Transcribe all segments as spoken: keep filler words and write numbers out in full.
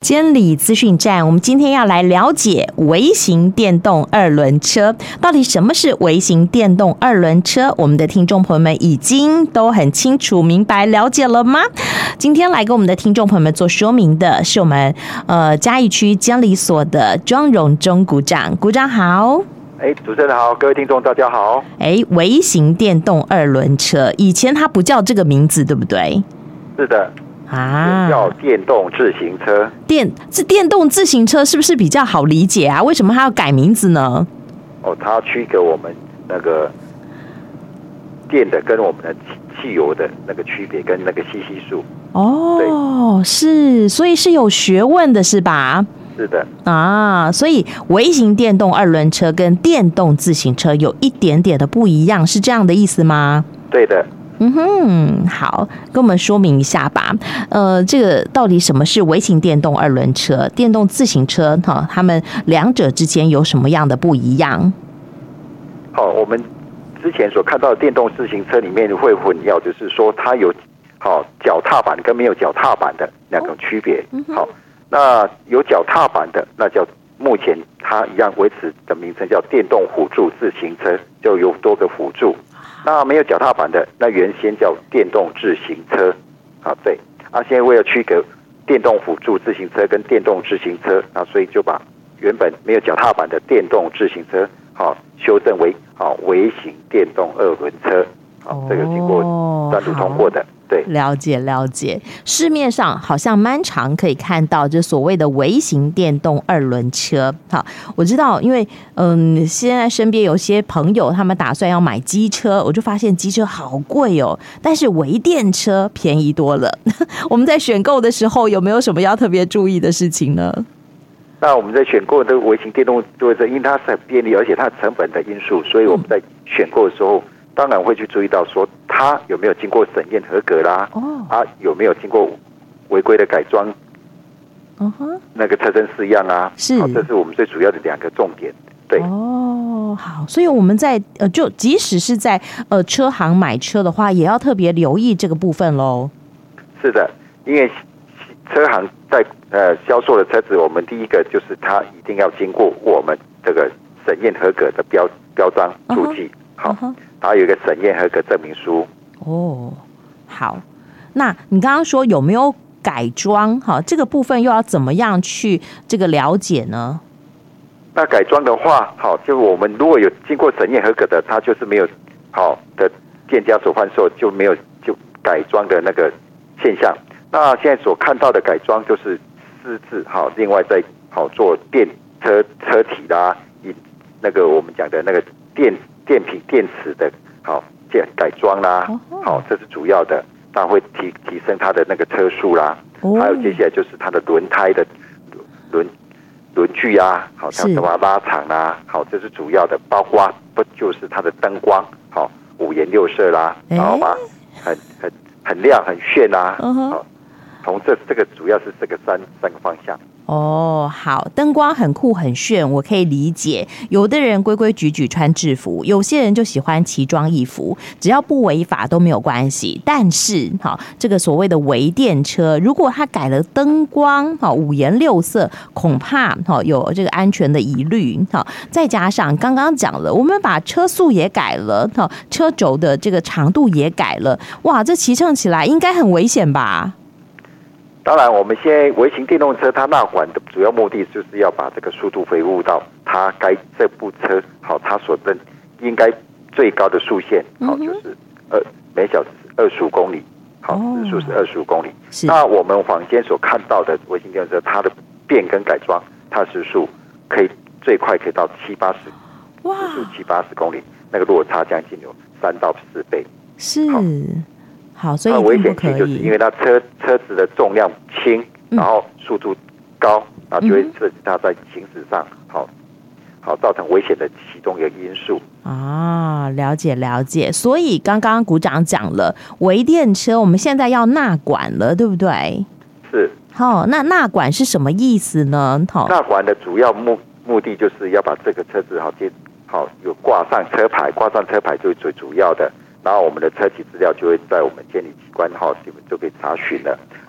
监理资讯站，我们今天要来了解微型电动二轮车，到底什么是微型电动二轮车？我们的听众朋友们已经都很清楚、明白、了解了吗？今天来跟我们的听众朋友们做说明的是我们呃嘉义区监理所的庄荣忠股长，股长好。 哎，主持人好，各位听众大家好。 哎，微型电动二轮车，以前它不叫这个名字，对不对？ 是的。啊，叫电动自行车。 电是电动自行车，是不是比较好理解啊？为什么它要改名字呢？ 哦，它区隔我们那个电的跟我们的汽油的那个区别，跟那个 C C 数。 哦，是，所以是有学问的，是吧？ 是的。 啊，所以微型电动二轮车跟电动自行车有一点点的不一样，是这样的意思吗？ 对的。 嗯哼，好，跟我们说明一下吧。呃，这个到底什么是微型电动二轮车、电动自行车？哈，他们两者之间有什么样的不一样？ 好，我们之前所看到的电动自行车里面会混淆，就是说它有好脚踏板跟没有脚踏板的两种区别。好，那有脚踏板的，那叫目前它一样维持的名称叫电动辅助自行车，就有多个辅助。那没有脚踏板的，那原先叫电动自行车，啊对，啊现在为了区隔电动辅助自行车跟电动自行车，啊所以就把原本没有脚踏板的电动自行车，好、啊、修正为好、啊、微型电动二轮车，好、啊、这个经过三读通过的。对， 了解了解，市面上好像蛮常可以看到，就所谓的微型电动二轮车。好，我知道，因为嗯，现在身边有些朋友他们打算要买机车，我就发现机车好贵哦，但是微电车便宜多了。我们在选购的时候有没有什么要特别注意的事情呢？ 那我们在选购这个微型电动车，因为它是很便利，而且它成本的因素，所以我们在选购的时候，当然会去注意到说它有没有经过审验合格啦，哦、啊有没有经过违规的改装，嗯哼，那个车身式样啊， 是， 这是我们最主要的两个重点。对， 哦，好，所以我们在呃，就即使是在呃车行买车的话，也要特别留意这个部分喽。 是的，因为车行在呃销售的车子，我们第一个就是它一定要经过我们这个审验合格的标标章注记， uh-huh, 好。Uh-huh.还有一个审验合格证明书。 哦，好，那你刚刚说有没有改装？好，这个部分又要怎么样去这个了解呢？ 那改装的话，好，就我们如果有经过审验合格的，它就是没有好的店家所贩售就没有就改装的那个现象。那现在所看到的改装就是私自好，另外再好做电车车体啦，以那个我们讲的那个电。电瓶、电池的好改装啦，好，这是主要的，当然会提提升它的那个车速啦。哦、还有接下来就是它的轮胎的轮轮距啊，好，它怎么拉长啦，好，这是主要的，包括不就是它的灯光，好，五颜六色啦，然后嘛，很很很亮、很炫啦，好，从这这个主要是这个三三个方向。 哦，好，灯光很酷很炫，我可以理解。有的人规规矩矩穿制服，有些人就喜欢奇装异服，只要不违法都没有关系。但是，好，这个所谓的微电车，如果它改了灯光，好，五颜六色，恐怕好有这个安全的疑虑。好，再加上刚刚讲了，我们把车速也改了，好，车轴的这个长度也改了，哇，这骑乘起来应该很危险吧？ 当然，我们现在微型电动车它纳管的主要目的就是要把这个速度恢复到它该这部车好它所认应该最高的速限，好、嗯、就是二每小时二十五公里，好时速是二十五公里。那我们坊间所看到的微型电动车，它的变更改装，它时速可以最快可以到七八十，时速七八十公里，那个落差将近有三到四倍。 是。好，所以危险性就是因为它车车子的重量轻，然后速度高，然后就会涉及它在行驶上，好，好造成危险的其中一个因素。 啊，了解了解。所以刚刚股长讲了，微电车我们现在要纳管了，对不对？ 是。 好、哦，那纳管是什么意思呢？好， 纳管的主要目目的就是要把这个车子好接好有挂上车牌，挂上车牌就是最主要的。然后我们的车企资料就会在我们监理机关哈，你们就可以查询了。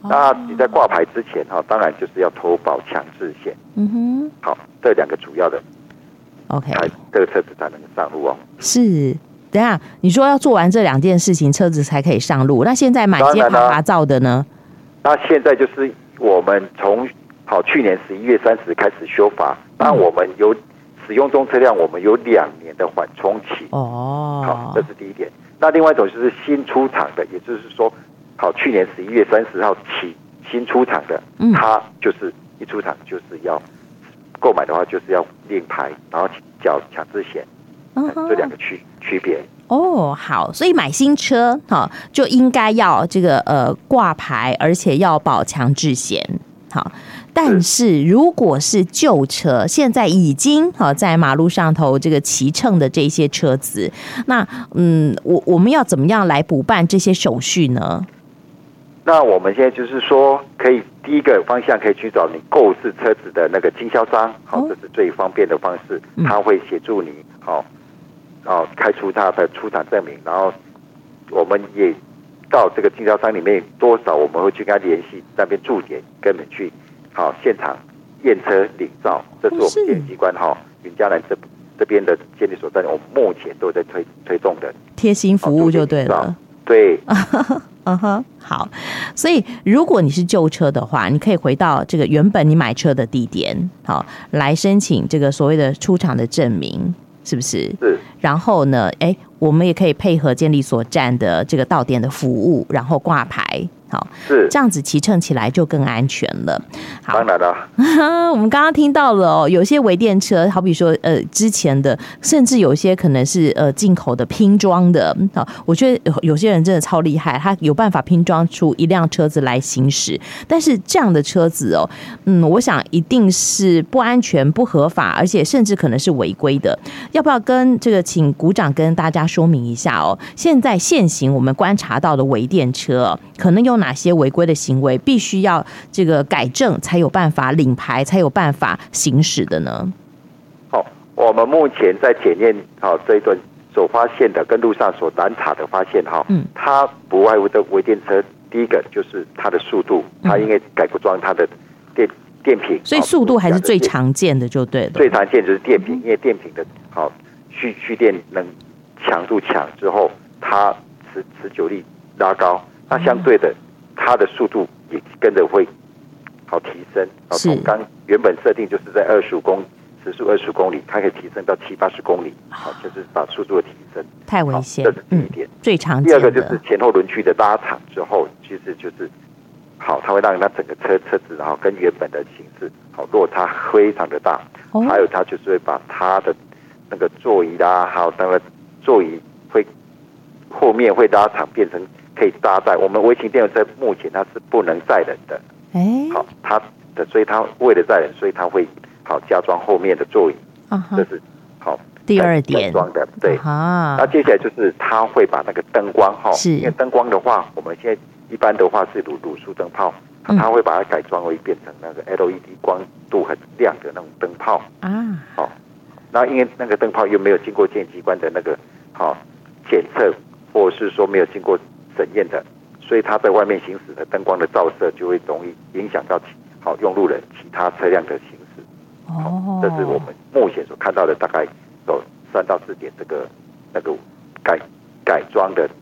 那你在挂牌之前哈，当然就是要投保强制险。 嗯哼， 好，这两个主要的 ，OK， 这个车子才能上路哦。 是。等一下，你说要做完这两件事情，车子才可以上路。那现在满街爬爬照的呢？ 那现在就是我们从好去年十一月三十开始修法，那我们有使用中车辆，我们有两年的缓冲期。 哦， 好，这是第一点。那另外一种就是新出厂的，也就是说，好，去年十一月三十号起新出厂的，嗯，它就是一出厂就是要购买的话，就是要领牌，然后缴强制险。嗯，这两个区区别哦，好，所以买新车哈就应该要这个呃挂牌，而且要保强制险。好，但是如果是旧车，现在已经好在马路上头这个骑乘的这些车子，那嗯，我我们要怎么样来补办这些手续呢？ 那我们现在就是说，可以第一个方向可以去找你购置车子的那个经销商，好，这是最方便的方式，他会协助你好。哦，开出他的出厂证明，然后我们也到这个经销商里面，多少我们会去跟他联系，那边驻点跟我们去好现场验车领照，这是我们监理机关哈云嘉南这这边的监理所在，我们目前都在推推动的贴心服务就对了。 对， 嗯哼，好。所以如果你是旧车的话，你可以回到这个原本你买车的地点，好来申请这个所谓的出厂的证明。是不是？ 是。 然后呢？哎，我们也可以配合监理所站的这个到点的服务，然后挂牌，好， 是这样子骑乘起来就更安全了。好， 当然了， 我们刚刚听到了哦，有些微电车，好比说呃之前的，甚至有些可能是呃进口的拼装的，好，我觉得有些人真的超厉害，他有办法拼装出一辆车子来行驶。但是这样的车子哦，嗯，我想一定是不安全、不合法，而且甚至可能是违规的。要不要跟这个请股长跟大家说明一下哦？现在现行我们观察到的微电车、哦，可能有哪些违规的行为，必须要这个改正才有办法领牌，才有办法行驶的呢？ 好，我们目前在检验好这一段所发现的，跟路上所拦查的发现哈，嗯，它不外乎的微电车，第一个就是它的速度，它应该改不装它的电电瓶， 所以速度还是最常见的，就对了。 最常见就是电瓶，因为电瓶的好蓄蓄电能强度强之后，它持持久力拉高，那相对的，它的速度也跟着会好提升。从刚原本设定就是在二十五公时速二十五公里，它可以提升到七八十公里，好，就是把速度的提升。 太危险， 这是第一点。嗯、 最常见第二个就是前后轮区的拉长之后，其实就是好，它会让它整个车车子然后跟原本的形式好落差非常的大。哦、还有它就是会把它的那个座椅啦，还有那个座椅会后面会拉长，变成可以搭载我们微型电动车，目前它是不能载人的。 哎， 好，它的所以它为了载人，所以它会好加装后面的座椅。啊、这是好第二点装的，对。 啊， 那接下来就是它会把那个灯光哈，因为灯光的话，我们现在一般的话是卤卤素灯泡，嗯、它会把它改装为变成那个 L E D 光度很亮的那种灯泡啊。好，那因为那个灯泡又没有经过监理机关的那个好检测，或者是说没有经过审验的，所以它在外面行驶的灯光的照射就会容易影响到好用路人其他车辆的行驶。哦，这是我们目前所看到的大概有三到四点这个那个改改装的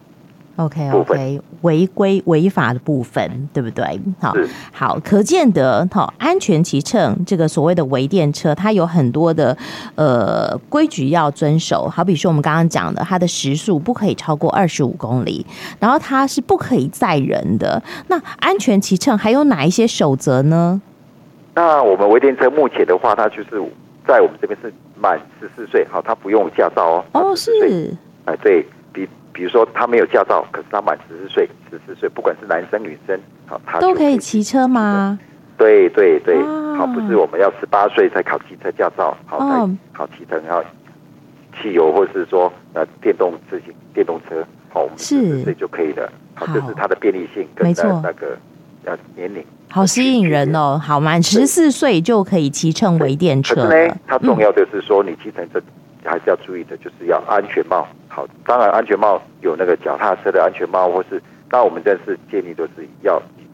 OK OK 违规违法的部分，对不对？好，好，可见得好安全骑乘这个所谓的微电车，它有很多的呃规矩要遵守。好比说我们刚刚讲的，它的时速不可以超过二十五公里，然后它是不可以载人的。那安全骑乘还有哪一些守则呢？ 那我们微电车目前的话，它就是在我们这边是满十四岁，好，它不用驾照哦。 哦，是， 哎，对比。比如说他没有驾照，可是他满十四岁，十四岁，不管是男生女生，好，他都可以骑车吗？ 对对对，啊、好，不是我们要十八岁才考汽车驾照，好，才考骑乘，然后汽油或是说呃电动自行电动车，好，我们十四岁就可以了，好，这是它的便利性跟那个呃年龄， 好吸引人哦，好，满十四岁就可以骑乘微电车了。 可是呢，它重要的是说你骑乘这。还是要注意的，就是要安全帽。好，当然安全帽有那个脚踏车的安全帽，或是那我们这是建议都是要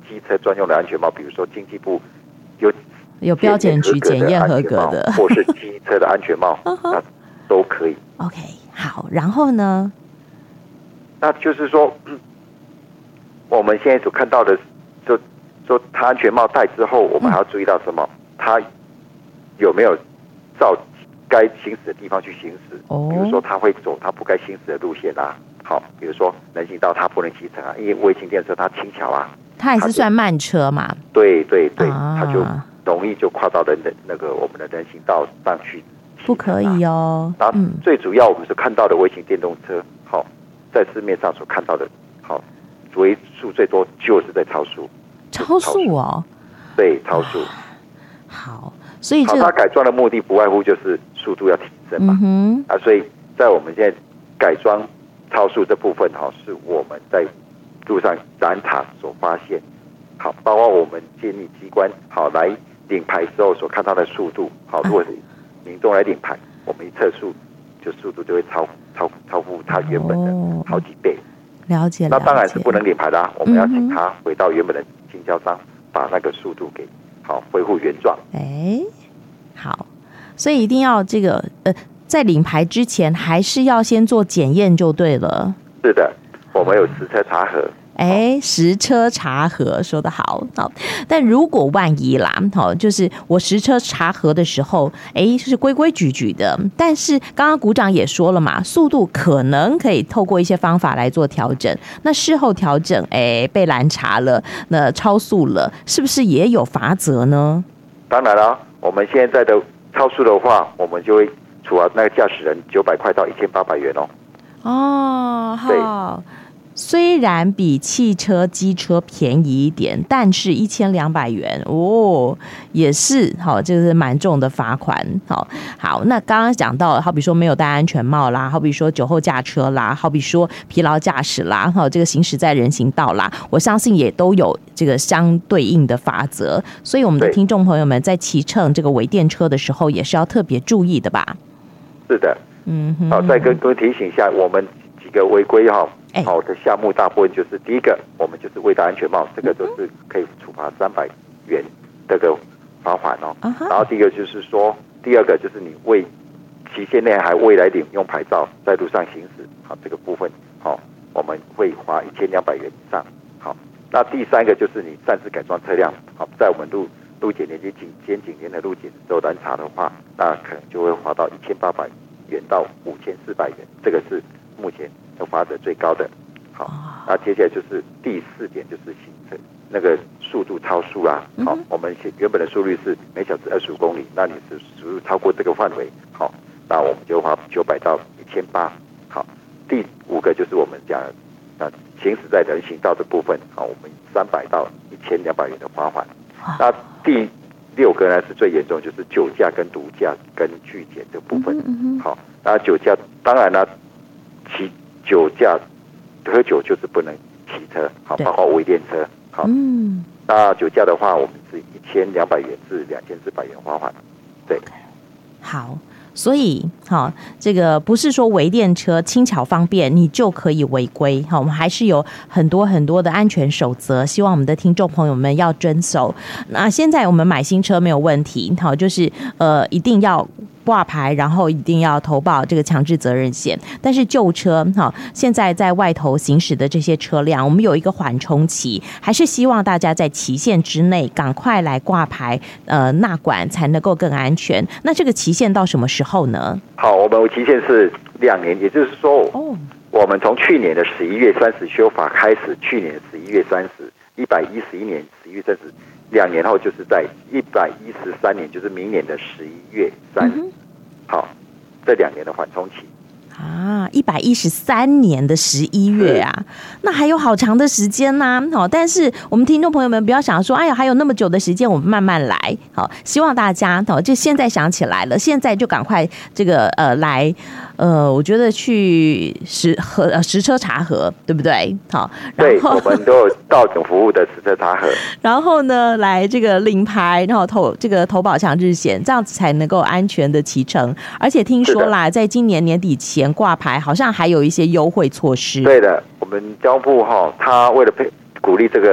机车专用的安全帽，比如说经济部有有标检局检验合格的， 或是机车的安全帽，那都可以。 OK， 好，然后呢？ 那就是说，嗯、我们现在所看到的，就说他安全帽戴之后，我们还要注意到什么？他有没有照该行驶的地方去行驶？ 哦， 比如说他会走他不该行驶的路线啊。好，比如说人行道他不能骑乘啊，因为微型电车它轻巧啊。 它也是算慢车嘛？ 对对对， 啊、 它就容易就跨到人的那个我们的人行道上去、啊。 不可以哦。 然后最主要我们所看到的微型电动车，好，在市面上所看到的，好，为数最多就是在超速。 超速哦。 对，超速。 好，所以这个它改装的目的不外乎就是速度要提升嘛。 嗯哼。 啊，所以在我们现在改装超速这部分，哈，是我们在路上检查所发现。好，包括我们建议机关好来领牌时候所看到的速度，好，如果是民众来领牌，我们一测速，就速度就会超超超乎他原本的好几倍。 哦、了解， 那当然是不能领牌的、啊，我们要请他回到原本的经销商，把那个速度给好恢复原状。 哎，好，所以一定要这个呃，在领牌之前，还是要先做检验就对了。 是的，我们有实车查核。 哎，实车查核说得好，好，但如果万一啦，好，就是我实车查核的时候，哎，是规规矩矩的，但是刚刚股长也说了嘛，速度可能可以透过一些方法来做调整。那事后调整，哎，被拦查了，那超速了，是不是也有罚则呢？ 当然了，我们现在的超速的话，我们就会处罚那个驾驶人九百块到一千八百元哦。 哦，好。虽然比汽车、机车便宜一点，但是一千两百元哦，也是好，这是蛮重的罚款。好，好，那刚刚讲到，好比说没有戴安全帽啦，好比说酒后驾车啦，好比说疲劳驾驶啦，好，这个行驶在人行道啦，我相信也都有这个相对应的法则。所以我们的听众朋友们在骑乘这个微电车的时候，也是要特别注意的吧？ 是的， 嗯哼， 好，再跟各位提醒一下，我们几个违规哈。好的项目大部分就是第一个，我们就是未戴安全帽，这个都是可以处罚三百元这个罚款哦。Uh-huh. 然后第一个就是说，第二个就是你未期限内还未来领用牌照在路上行驶，好，这个部分好，我们会罚一千两百元以上。好，那第三个就是你擅自改装车辆，好，在我们路路检年及警监警员的路检之后拦查的话，那可能就会罚到一千八百元到五千四百元，这个是目前的罚则最高的。好，那接下来就是第四点，就是行车那个速度超速啊。好，我们原本的速率是每小时二十五公里，那你是速度超过这个范围，好，那我们就罚九百到一千八。好，第五个就是我们讲啊，行驶在人行道的部分，好，我们三百到一千两百元的罚款。那第六个呢是最严重，就是酒驾跟毒驾跟拒检的部分。好，那酒驾当然呢。骑酒驾喝酒就是不能骑车，好，包括微电车，好，嗯，那酒驾的话，我们是一千两百元至两千四百元罚款，对， 好。所以，好，这个不是说微电车轻巧方便你就可以违规，好，我们还是有很多很多的安全守则，希望我们的听众朋友们要遵守。那现在我们买新车没有问题，好，就是呃一定要挂牌，然后一定要投保这个强制责任险。但是旧车，好，现在在外头行驶的这些车辆，我们有一个缓冲期，还是希望大家在期限之内赶快来挂牌，呃，纳管才能够更安全。那这个期限到什么时候呢？ 好，我们期限是两年，也就是说，哦，我们从去年的十一月三十修法开始，去年十一月三十，一百一十一年十一月三十。两年后就是在一百一十三年，就是明年的十一月三十、嗯。好，这两年的缓冲期啊，一百一十三年的十一月啊，那还有好长的时间呐、啊。好，但是我们听众朋友们不要想说，哎呀，还有那么久的时间，我们慢慢来。好，希望大家好，就现在想起来了，现在就赶快这个呃来。呃，我觉得去实核呃实车查核，对不对？好， 对，我们都有到警服务的实车查核。 然后呢，来这个领牌，然后投这个投保强制险，这样子才能够安全的骑乘。而且听说啦，在今年年底前挂牌，好像还有一些优惠措施。 对的，我们交通部哈，他为了配鼓励这个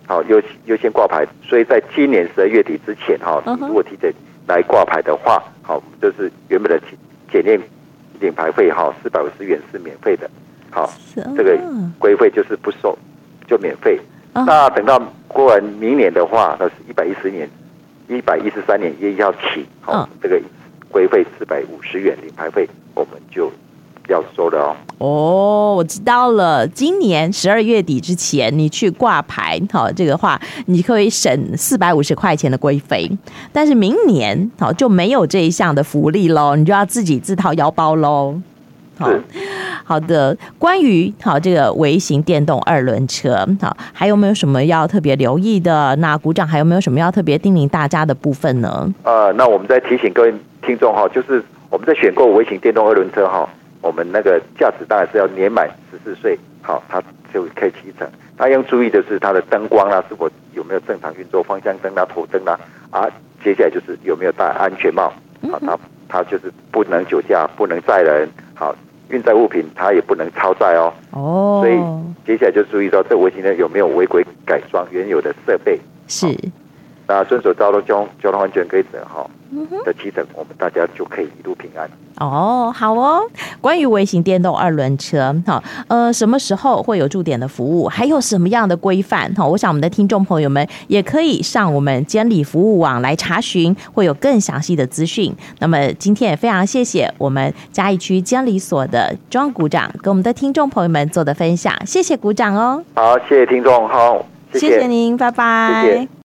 好优优先挂牌，所以在今年十二月底之前哈， 嗯哼如果提前来挂牌的话，好就是原本的检验领牌费哈四百五十元是免费的，好这个规费就是不收就免费。 哦、 那等到过完明年的话，那是一百一十年一百一十三年一月一号起，好、哦、这个规费四百五十元领牌费我们就要收的哦。 哦，我知道了。今年十二月底之前，你去挂牌，好，这个话你可以省四百五十块钱的规费。但是明年，好就没有这一项的福利喽，你就要自己自掏腰包喽。好，好的。关于好这个微型电动二轮车，好，还有没有什么要特别留意的？那股长还有没有什么要特别叮咛大家的部分呢？ 呃，那我们再提醒各位听众哈，就是我们在选购微型电动二轮车哈。我们那个驾驶当然是要年满十四岁，好，他就可以骑乘。他要注意的是它的灯光啊，是否有没有正常运作，方向灯啊、头灯啊，啊，接下来就是有没有戴安全帽，好，他他就是不能酒驾，不能载人，好，运载物品他也不能超载哦。 哦， 所以接下来就注意到这微型的有没有违规改装原有的设备， 是。 那遵守道路交通交通安全规则哈的骑乘，我们大家就可以一路平安。 哦，好哦。关于微型电动二轮车，哈，呃，什么时候会有驻点的服务？还有什么样的规范？哈，我想我们的听众朋友们也可以上我们监理服务网来查询，会有更详细的资讯。那么今天也非常谢谢我们嘉义区监理所的庄股长跟我们的听众朋友们做的分享，谢谢股长哦。 好，谢谢听众，好，谢谢， 谢谢您，拜拜。 谢谢。